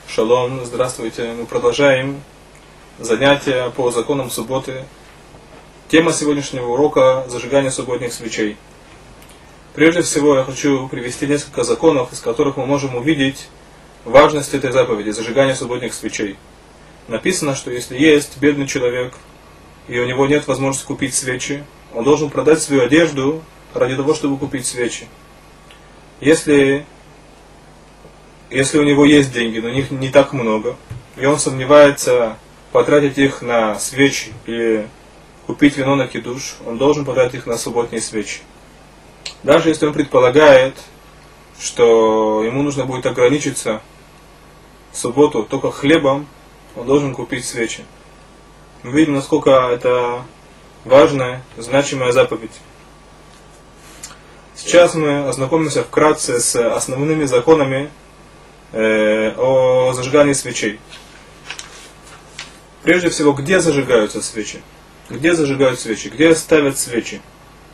Шалом, здравствуйте. Мы продолжаем занятия по законам субботы. Тема сегодняшнего урока – зажигание субботних свечей. Прежде всего я хочу привести несколько законов, из которых мы можем увидеть важность этой заповеди – зажигания субботних свечей. Написано, что если есть бедный человек, и у него нет возможности купить свечи, он должен продать свою одежду ради того, чтобы купить свечи. Если у него есть деньги, но их не так много, и он сомневается потратить их на свечи или купить вино на кидуш, он должен потратить их на субботние свечи. Даже если он предполагает, что ему нужно будет ограничиться в субботу только хлебом, он должен купить свечи. Мы видим, насколько это важная, значимая заповедь. Сейчас мы ознакомимся вкратце с основными законами о зажигании свечей. Прежде всего, где зажигаются свечи? Где зажигают свечи? Где ставят свечи?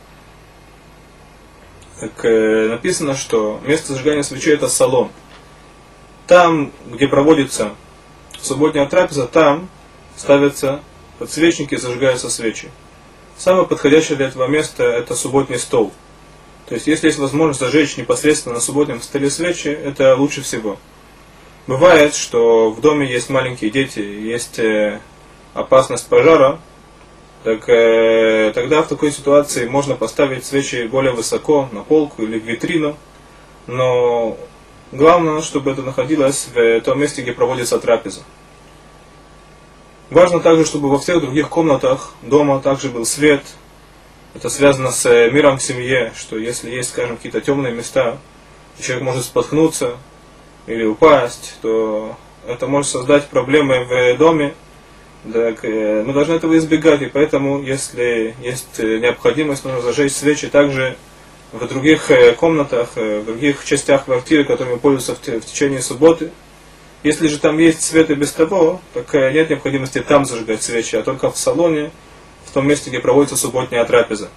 Так, написано, что место зажигания свечей – это салон. Там, где проводится субботняя трапеза, там ставятся подсвечники и зажигаются свечи. Самое подходящее для этого места – это субботний стол. То есть, если есть возможность зажечь непосредственно на субботнем столе свечи, это лучше всего. Бывает, что в доме есть маленькие дети, есть опасность пожара, так тогда в такой ситуации можно поставить свечи более высоко, на полку или в витрину, но главное, чтобы это находилось в том месте, где проводится трапеза. Важно также, чтобы во всех других комнатах дома также был свет. Это связано с миром в семье, что если есть, скажем, какие-то темные места, человек может споткнуться или упасть, то это может создать проблемы в доме. Так, мы должны этого избегать, и поэтому, если есть необходимость, нужно зажечь свечи также в других комнатах, в других частях квартиры, которыми пользуются в течение субботы. Если же там есть свет и без того, так нет необходимости там зажигать свечи, а только в салоне, в том месте, где проводится субботняя трапеза.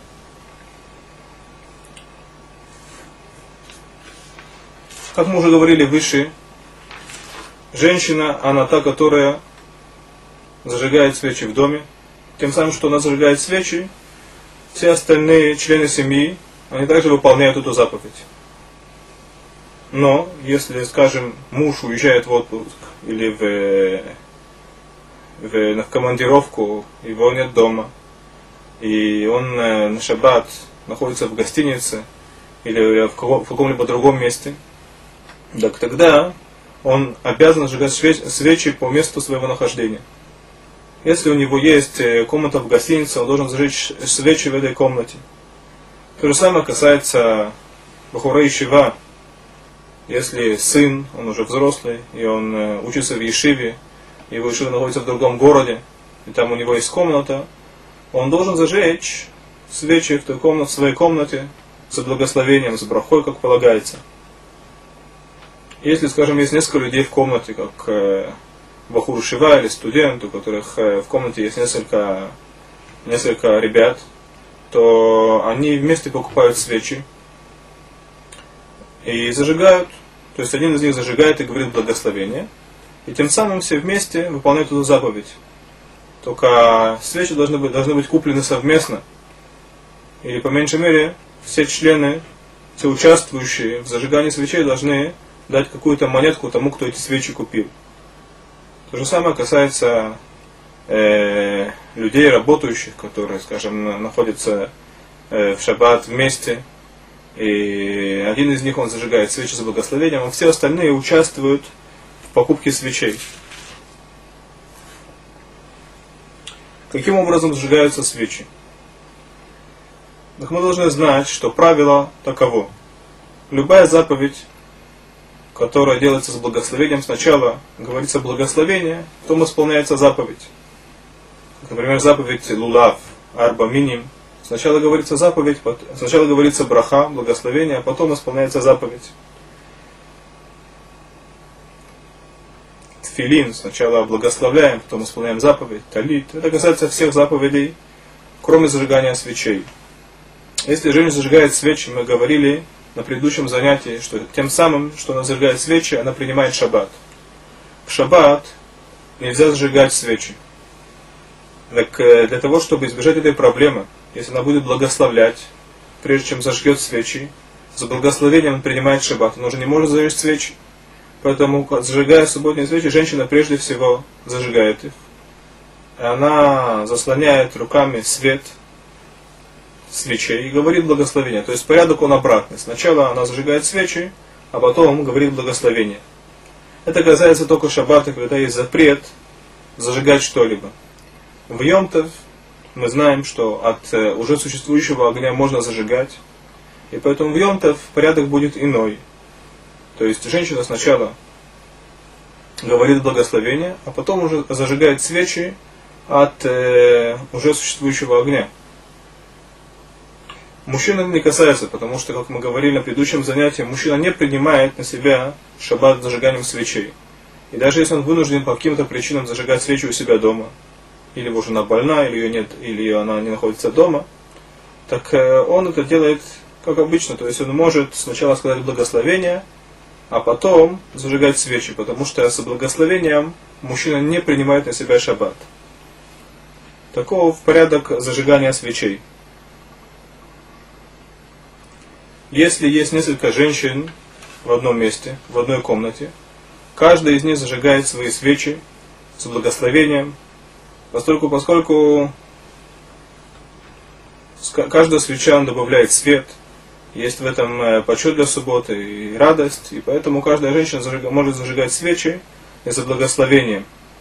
Как мы уже говорили выше, женщина, она та, которая зажигает свечи в доме. Тем самым, что она зажигает свечи, все остальные члены семьи, они также выполняют эту заповедь. Но, если, скажем, муж уезжает в отпуск или в командировку, его нет дома, и он на шаббат находится в гостинице или в каком-либо другом месте, так тогда он обязан сжигать свечи по месту своего нахождения. Если у него есть комната в гостинице, он должен зажечь свечи в этой комнате. То же самое касается бахурей ешива. Если сын, он уже взрослый, и он учится в ешиве, его ешива находится в другом городе, и там у него есть комната, он должен зажечь свечи в своей комнате с благословением, с брахой, как полагается. Если, скажем, есть несколько людей в комнате, как бахур ешива или студент, у которых в комнате есть несколько ребят, то они вместе покупают свечи и зажигают. То есть один из них зажигает и говорит благословение, и тем самым все вместе выполняют эту заповедь. Только свечи должны быть куплены совместно. И по меньшей мере все члены, все участвующие в зажигании свечей должны дать какую-то монетку тому, кто эти свечи купил. То же самое касается людей, работающих, которые, скажем, находятся в шаббат вместе, и один из них, он зажигает свечи с благословением, а все остальные участвуют в покупке свечей. Каким образом зажигаются свечи? Так мы должны знать, что правило таково. Любая заповедь, которая делается с благословением, сначала говорится благословение, потом исполняется заповедь. Например, заповедь лулав, арба миним. Сначала говорится заповедь, сначала говорится браха, благословение, а потом исполняется заповедь. Тфилин, сначала благословляем, потом исполняем заповедь, талит. Это касается всех заповедей, кроме зажигания свечей. Если женщина зажигает свечи, мы говорили на предыдущем занятии, что тем самым, что она зажигает свечи, она принимает шаббат. в шаббат нельзя зажигать свечи. Так для того, чтобы избежать этой проблемы, если она будет благословлять, прежде чем зажгет свечи, за благословением он принимает шаббат, он уже не может зажечь свечи. Поэтому, зажигая субботние свечи, женщина прежде всего зажигает их. И она заслоняет руками свет свечей и говорит благословение. То есть порядок он обратный. Сначала она зажигает свечи, а потом говорит благословение. Это касается только шаббата, когда есть запрет зажигать что-либо. В Йом-Тов мы знаем, что от уже существующего огня можно зажигать. И поэтому в Йом-Тов порядок будет иной. То есть женщина сначала говорит благословение, а потом уже зажигает свечи от уже существующего огня. Мужчина не касается, потому что, как мы говорили на предыдущем занятии, мужчина не принимает на себя шаббат зажиганием свечей. И даже если он вынужден по каким-то причинам зажигать свечи у себя дома, или его жена больна, или ее нет, или она не находится дома, так он это делает как обычно. То есть он может сначала сказать благословение, а потом зажигать свечи, потому что с благословением мужчина не принимает на себя шаббат. Таков порядок зажигания свечей. Если есть несколько женщин в одном месте, в одной комнате, каждая из них зажигает свои свечи с благословением, поскольку каждая свеча добавляет свет, есть в этом почет для субботы и радость, и поэтому каждая женщина может зажигать свечи с благословением.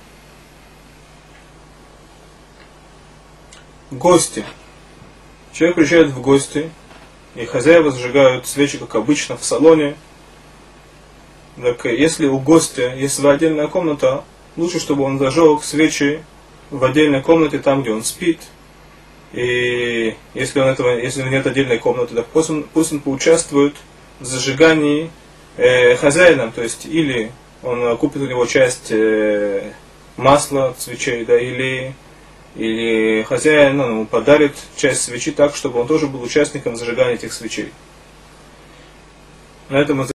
Гости. Человек приезжает в гости, и хозяева зажигают свечи, как обычно, в салоне. Так если у гостя есть своя отдельная комната, лучше, чтобы он зажег свечи в отдельной комнате, там, где он спит. И если нет отдельной комнаты, так пусть он поучаствует в зажигании хозяином, то есть или он купит у него часть масла от свечей, да, или хозяин подарит часть свечи так, чтобы он тоже был участником зажигания этих свечей. На этом мы